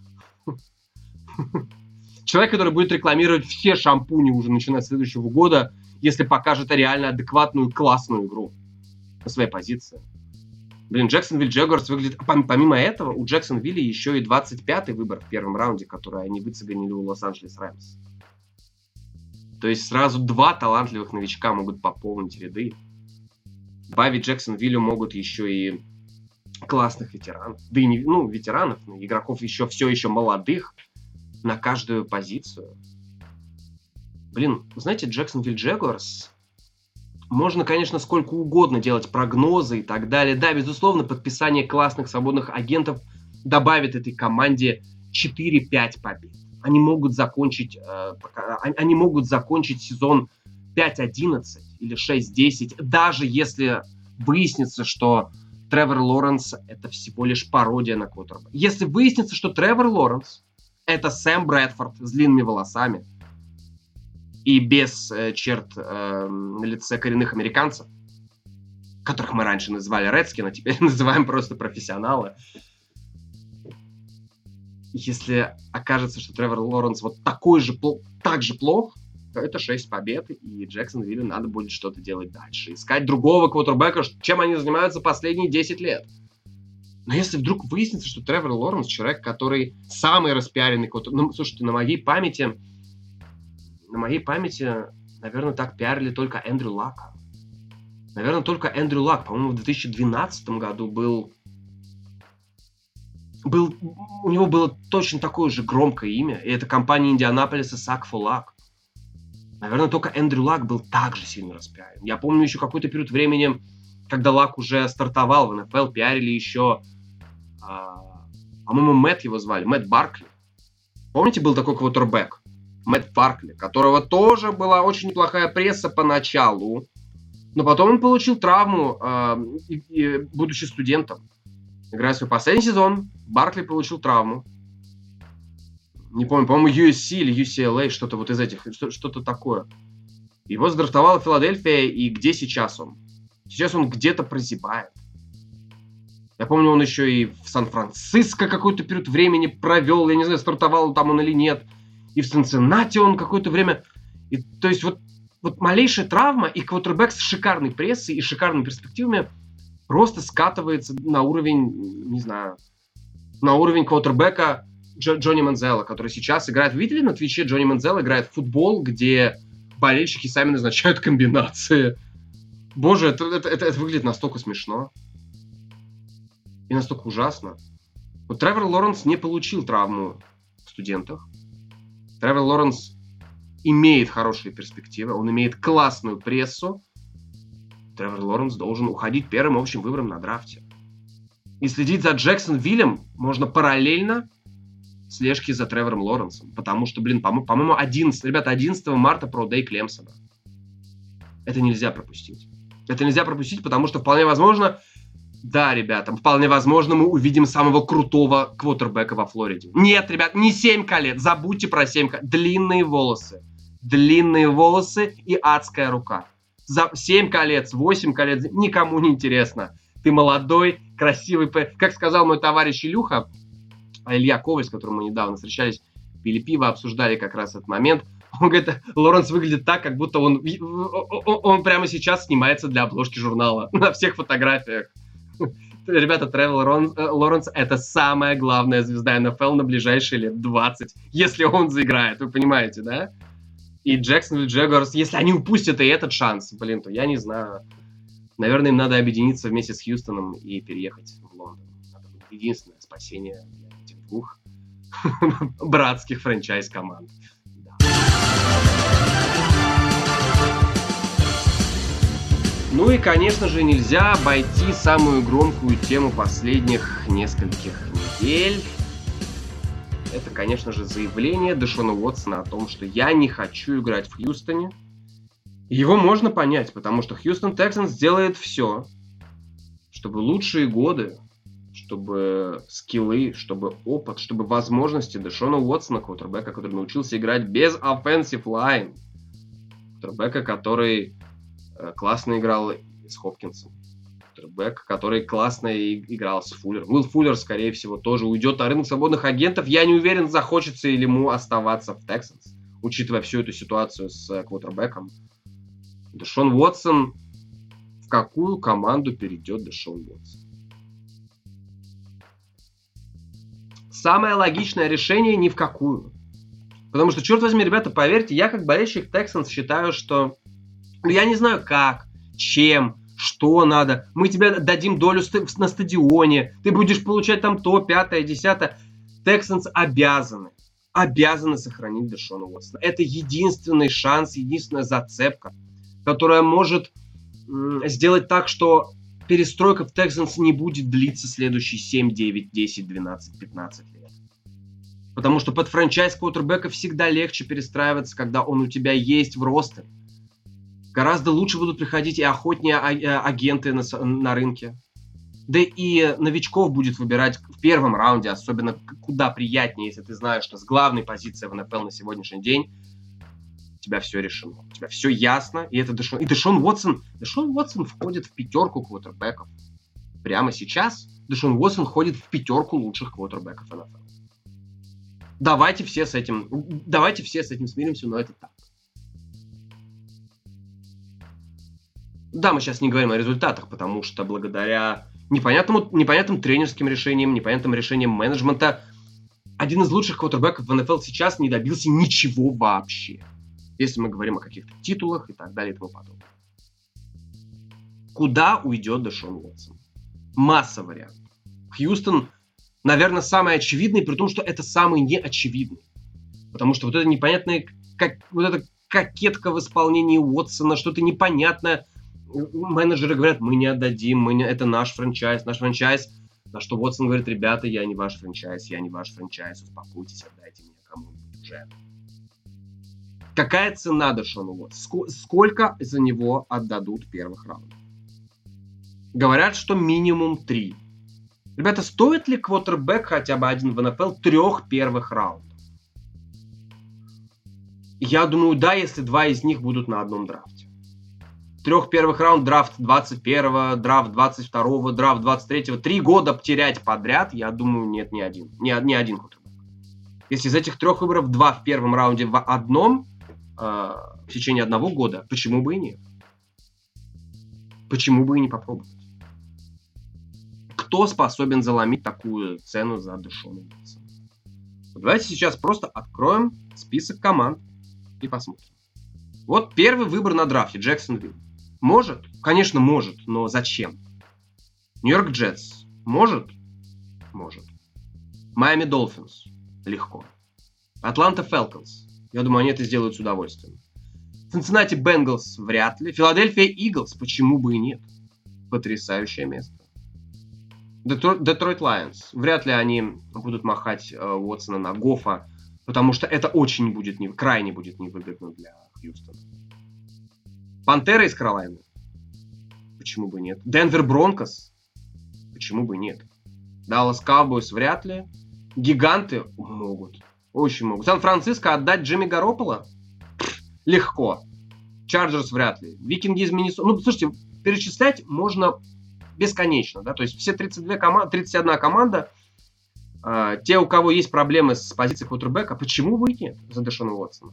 Человек, который будет рекламировать все шампуни уже начиная с следующего года, если покажет реально адекватную, классную игру на своей позиции. Блин, Джексонвилл Джагуарс выглядит... Помимо этого, у Джексонвилля еще и двадцать пятый выбор в первом раунде, который они выцеганили у Лос-Анджелес Рэмс. То есть сразу два талантливых новичка могут пополнить ряды. Добавить Джексонвиллю могут еще и классных ветеранов. Да и не, ну, ветеранов, но игроков еще все еще молодых на каждую позицию. Блин, знаете, Джексонвилл Джагуарс, можно, конечно, сколько угодно делать прогнозы и так далее. Да, безусловно, подписание классных свободных агентов добавит этой команде четыре-пять побед. Они могут закончить, э, они могут закончить сезон пять одиннадцать или шесть десять, даже если выяснится, что Тревор Лоренс это всего лишь пародия на квотербека. Если выяснится, что Тревор Лоренс это Сэм Брэдфорд с длинными волосами и без э, черт э, на лице коренных американцев, которых мы раньше называли Редскин, а теперь называем просто профессионалы. Если окажется, что Тревор Лоренс вот такой же, так же плох, то это шесть побед, и Джексонвиллу надо будет что-то делать дальше. Искать другого квотербека, чем они занимаются последние десять лет. Но если вдруг выяснится, что Тревор Лоренс человек, который самый распиаренный квотербек... Ну, слушайте, на моей памяти... На моей памяти, наверное, так пиарили только Эндрю Лака. Наверное, только Эндрю Лак. По-моему, в две тысячи двенадцатом году был... был... У него было точно такое же громкое имя. И это компания Индианаполиса Sack for Luck. Наверное, только Эндрю Лак был так же сильно распиарен. Я помню еще какой-то период времени, когда Лак уже стартовал в эн эф эл, пиарили еще... А, по-моему, Мэтт его звали. Мэтт Баркли. Помните, был такой квотербек? Мэтт Баркли, которого тоже была очень неплохая пресса поначалу. Но потом он получил травму, э, и, и, будучи студентом. Играя свой последний сезон, Баркли получил травму. Не помню, по-моему, ю эс си или ю си эл эй, что-то вот из этих, что-то такое. Его задрафтовала Филадельфия, и где сейчас он? Сейчас он где-то прозябает. Я помню, он еще и в Сан-Франциско какой-то период времени провел. Я не знаю, стартовал там он или нет. И в Цинциннати он какое-то время... И, то есть вот, вот малейшая травма, и квотербек с шикарной прессой и шикарными перспективами просто скатывается на уровень, не знаю, на уровень квотербека Дж- Джонни Манзелла, который сейчас играет... Видели на Твиче? Джонни Манзелла играет в футбол, где болельщики сами назначают комбинации. Боже, это, это, это, это выглядит настолько смешно. И настолько ужасно. Вот Тревор Лоренс не получил травму в студентах. Тревор Лоренс имеет хорошие перспективы, он имеет классную прессу. Тревор Лоренс должен уходить первым общим выбором на драфте. И следить за Джексонвиллем можно параллельно слежке за Тревором Лоренсом. Потому что, блин, по- по-моему, одиннадцатого, ребята, одиннадцатого марта Про-Дэй Клемсона. Это нельзя пропустить. Это нельзя пропустить, потому что вполне возможно, Да, ребята, вполне возможно, мы увидим самого крутого квотербека во Флориде. Нет, ребят, не семь колец, забудьте про семь колец. Длинные волосы. Длинные волосы и адская рука. За семь колец, восемь колец, никому не интересно. Ты молодой, красивый. Как сказал мой товарищ Илюха, Илья Коваль, с которым мы недавно встречались, пили пиво, обсуждали как раз этот момент. Он говорит, Лоренс выглядит так, как будто он, он, он прямо сейчас снимается для обложки журнала на всех фотографиях. Ребята, Тревор Лоренс — это самая главная звезда эн эф эл на ближайшие лет двадцать, если он заиграет, вы понимаете, да? И Джексонвилл Джагуарс, если они упустят и этот шанс, блин, то я не знаю. Наверное, им надо объединиться вместе с Хьюстоном и переехать в Лондон. Это будет единственное спасение для этих двух братских франчайз-команд. Ну и, конечно же, нельзя обойти самую громкую тему последних нескольких недель. Это, конечно же, заявление Дешона Уотсона о том, что я не хочу играть в Хьюстоне. Его можно понять, потому что Хьюстон Texans сделает все, чтобы лучшие годы, чтобы скиллы, чтобы опыт, чтобы возможности Дешона Уотсона, квотербека, который научился играть без offensive line, квотербека, который классно играл с Хопкинсом. Квотербек, который классно играл с Фуллером. Уилл Фуллер, скорее всего, тоже уйдет на рынок свободных агентов. Я не уверен, захочется ли ему оставаться в Texans, учитывая всю эту ситуацию с квотербеком. Дешон Уотсон. В какую команду перейдет Дешон Уотсон? Самое логичное решение ни в какую. Потому что, черт возьми, ребята, поверьте, я как болельщик Texans считаю, что я не знаю как, чем, что надо. Мы тебе дадим долю на стадионе. Ты будешь получать там то, пятое, десятое. Texans обязаны, обязаны сохранить Дешона Уотсона. Это единственный шанс, единственная зацепка, которая может м- сделать так, что перестройка в Texans не будет длиться следующие семь, девять, десять, двенадцать, пятнадцать лет. Потому что под франчайз квотербека всегда легче перестраиваться, когда он у тебя есть в ростере. Гораздо лучше будут приходить и охотнее агенты на, на рынке. Да и новичков будет выбирать в первом раунде, особенно куда приятнее, если ты знаешь, что с главной позицией в эн эф эл на сегодняшний день у тебя все решено. У тебя все ясно. И это Дешон. И Дешон Уотсон. Дешон Уотсон входит в пятерку квотербеков. Прямо сейчас Дешон Уотсон входит в пятерку лучших квотербеков эн эф эл. Давайте все с этим, давайте все с этим смиримся, но это так. Да, мы сейчас не говорим о результатах, потому что благодаря непонятному, непонятным тренерским решениям, непонятным решениям менеджмента, один из лучших квотербеков в эн эф эл сейчас не добился ничего вообще. Если мы говорим о каких-то титулах и так далее и тому подобное. Куда уйдет Дешон Уотсон? Масса вариантов. Хьюстон, наверное, самый очевидный, при том, что это самый неочевидный. Потому что вот это непонятное, как, вот эта кокетка в исполнении Уотсона, что-то непонятное. Менеджеры говорят, мы не отдадим, мы не... это наш франчайз, наш франчайз. На что Уотсон говорит, ребята, я не ваш франчайз, я не ваш франчайз, успокойтесь, отдайте мне кому-нибудь уже. Какая цена Дешона Уотсона? Сколько за него отдадут первых раундов? Говорят, что минимум три. Ребята, стоит ли квотербек хотя бы один в эн эф эл трех первых раундов? Я думаю, да, если два из них будут на одном драфте. Трех первых раунд, драфт двадцать первого, драфт двадцать второго, драфт двадцать третьего. Три года потерять подряд, я думаю, нет, ни один. Ни, ни один квотербек. Если из этих трех выборов два в первом раунде в одном, э, в течение одного года, почему бы и нет? Почему бы и не попробовать? Кто способен заломить такую цену за Дешона Уотсона? Давайте сейчас просто откроем список команд и посмотрим. Вот первый выбор на драфте. Джексонвилл. Может? Конечно, может. Но зачем? Нью-Йорк Джетс. Может? Может. Майами Долфинс. Легко. Атланта Фалконс. Я думаю, они это сделают с удовольствием. Цинциннати Бенгалс. Вряд ли. Филадельфия Иглс. Почему бы и нет? Потрясающее место. Детройт Лайонс. Вряд ли они будут махать э, Уотсона на Гоффа, потому что это очень будет, не, крайне будет невыгодно для Хьюстона. Пантеры из Каролайны. Почему бы нет? Денвер Бронкос. Почему бы и нет? Даллас Cowboys вряд ли. Гиганты могут. Очень могут. Сан-Франциско отдать Джимми Гарополо? Легко. Чарджерс вряд ли. Викинги из Миннесоты. Ну, слушайте, перечислять можно бесконечно. Да? То есть все тридцать две команды, тридцать одна команда, э, те, у кого есть проблемы с позицией квотербека, почему бы и нет за Дэшона Уотсона?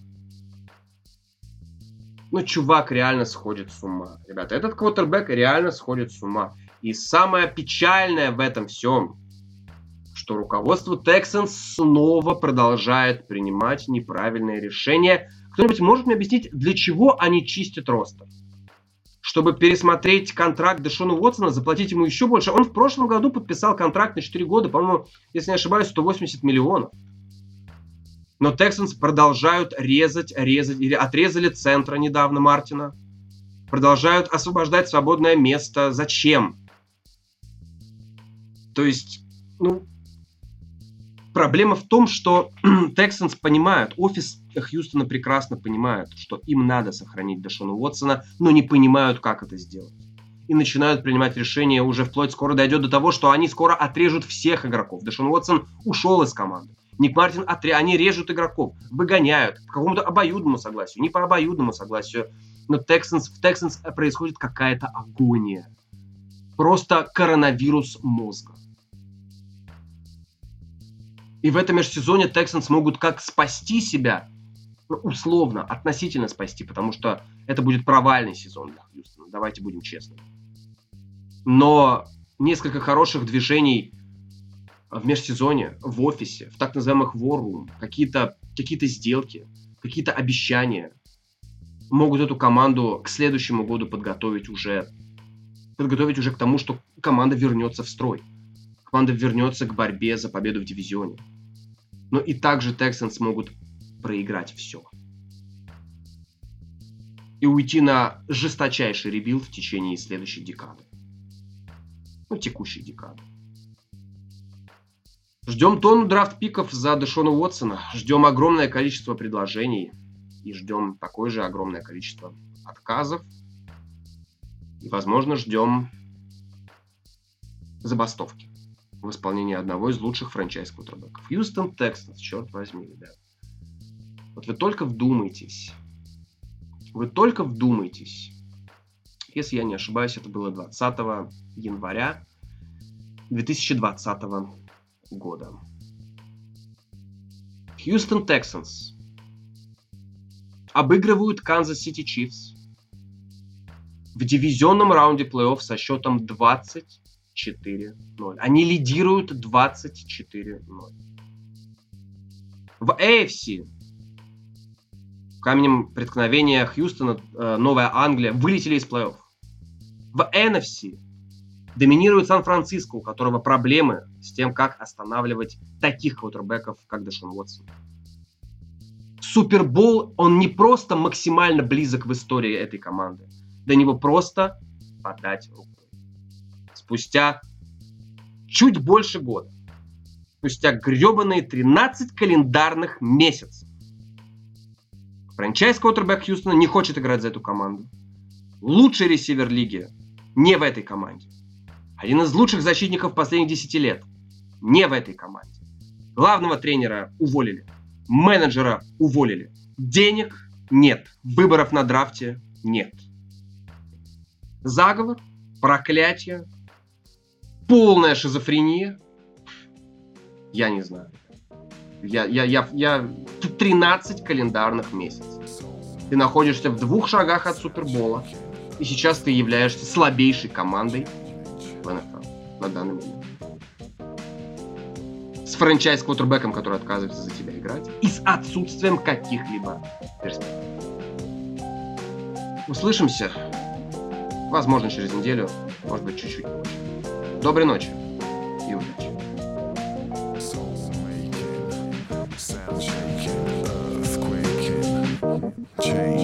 Ну, чувак реально сходит с ума. Ребята, этот квотербек реально сходит с ума. И самое печальное в этом всем, что руководство Texans снова продолжает принимать неправильные решения. Кто-нибудь может мне объяснить, для чего они чистят ростер? Чтобы пересмотреть контракт Дэшона Уотсона, заплатить ему еще больше. Он в прошлом году подписал контракт на четыре года, по-моему, если не ошибаюсь, сто восемьдесят миллионов. Но Texans продолжают резать, резать. Или отрезали центра недавно Мартина. Продолжают освобождать свободное место. Зачем? То есть, ну, проблема в том, что Texans понимают, офис Хьюстона прекрасно понимает, что им надо сохранить Дэшона Уотсона, но не понимают, как это сделать. И начинают принимать решения уже вплоть, скоро дойдет до того, что они скоро отрежут всех игроков. Дэшон Уотсон ушел из команды. Ник Мартин, отре... они режут игроков, выгоняют по какому-то обоюдному согласию, не по обоюдному согласию. Но Texans, в Texans происходит какая-то агония. Просто коронавирус мозга. И в этом межсезонье Texans могут как спасти себя, ну, условно, относительно спасти, потому что это будет провальный сезон для Хьюстона, давайте будем честны. Но несколько хороших движений в межсезонье, в офисе, в так называемых war room, какие-то, какие-то сделки, какие-то обещания могут эту команду к следующему году подготовить уже, подготовить уже к тому, что команда вернется в строй. Команда вернется к борьбе за победу в дивизионе. Но и также Texans могут проиграть все. И уйти на жесточайший ребилд в течение следующей декады. Ну, текущей декады. Ждем тонну драфт-пиков за Дэшона Уотсона. Ждем огромное количество предложений. И ждем такое же огромное количество отказов. И, возможно, ждем забастовки в исполнении одного из лучших франчайз-квотербеков. Хьюстон Texans, черт возьми, ребят. Вот вы только вдумайтесь. Вы только вдумайтесь. Если я не ошибаюсь, это было двадцатого января две тысячи двадцатого года. Хьюстон Texans обыгрывают Канзас Сити Чифс в дивизионном раунде плей-офф со счетом двадцать четыре ноль. Они лидируют двадцать четыре ноль. В эй эф си камнем преткновения Хьюстона, э, Новая Англия вылетели из плей-офф. В эн эф си доминирует Сан-Франциско, у которого проблемы с тем, как останавливать таких квотербеков, как Дэшон Уотсон. Супербол, он не просто максимально близок в истории этой команды. До него просто подать руку. Спустя чуть больше года, спустя гребаные тринадцать календарных месяцев, франчайз-квотербек Хьюстона не хочет играть за эту команду. Лучший ресивер лиги не в этой команде. Один из лучших защитников последних десяти лет не в этой команде. Главного тренера уволили. Менеджера уволили. Денег нет. Выборов на драфте нет. Заговор, проклятие, полная шизофрения. Я не знаю. Я, я, я, я... тринадцать календарных месяцев. Ты находишься в двух шагах от Супербола. И сейчас ты являешься слабейшей командой в эн эф эл на данный момент. С франчайз-квотербеком, который отказывается за тебя играть. И с отсутствием каких-либо перспектив. Услышимся. Возможно, через неделю. Может быть, чуть-чуть позже. Доброй ночи и удачи. Change.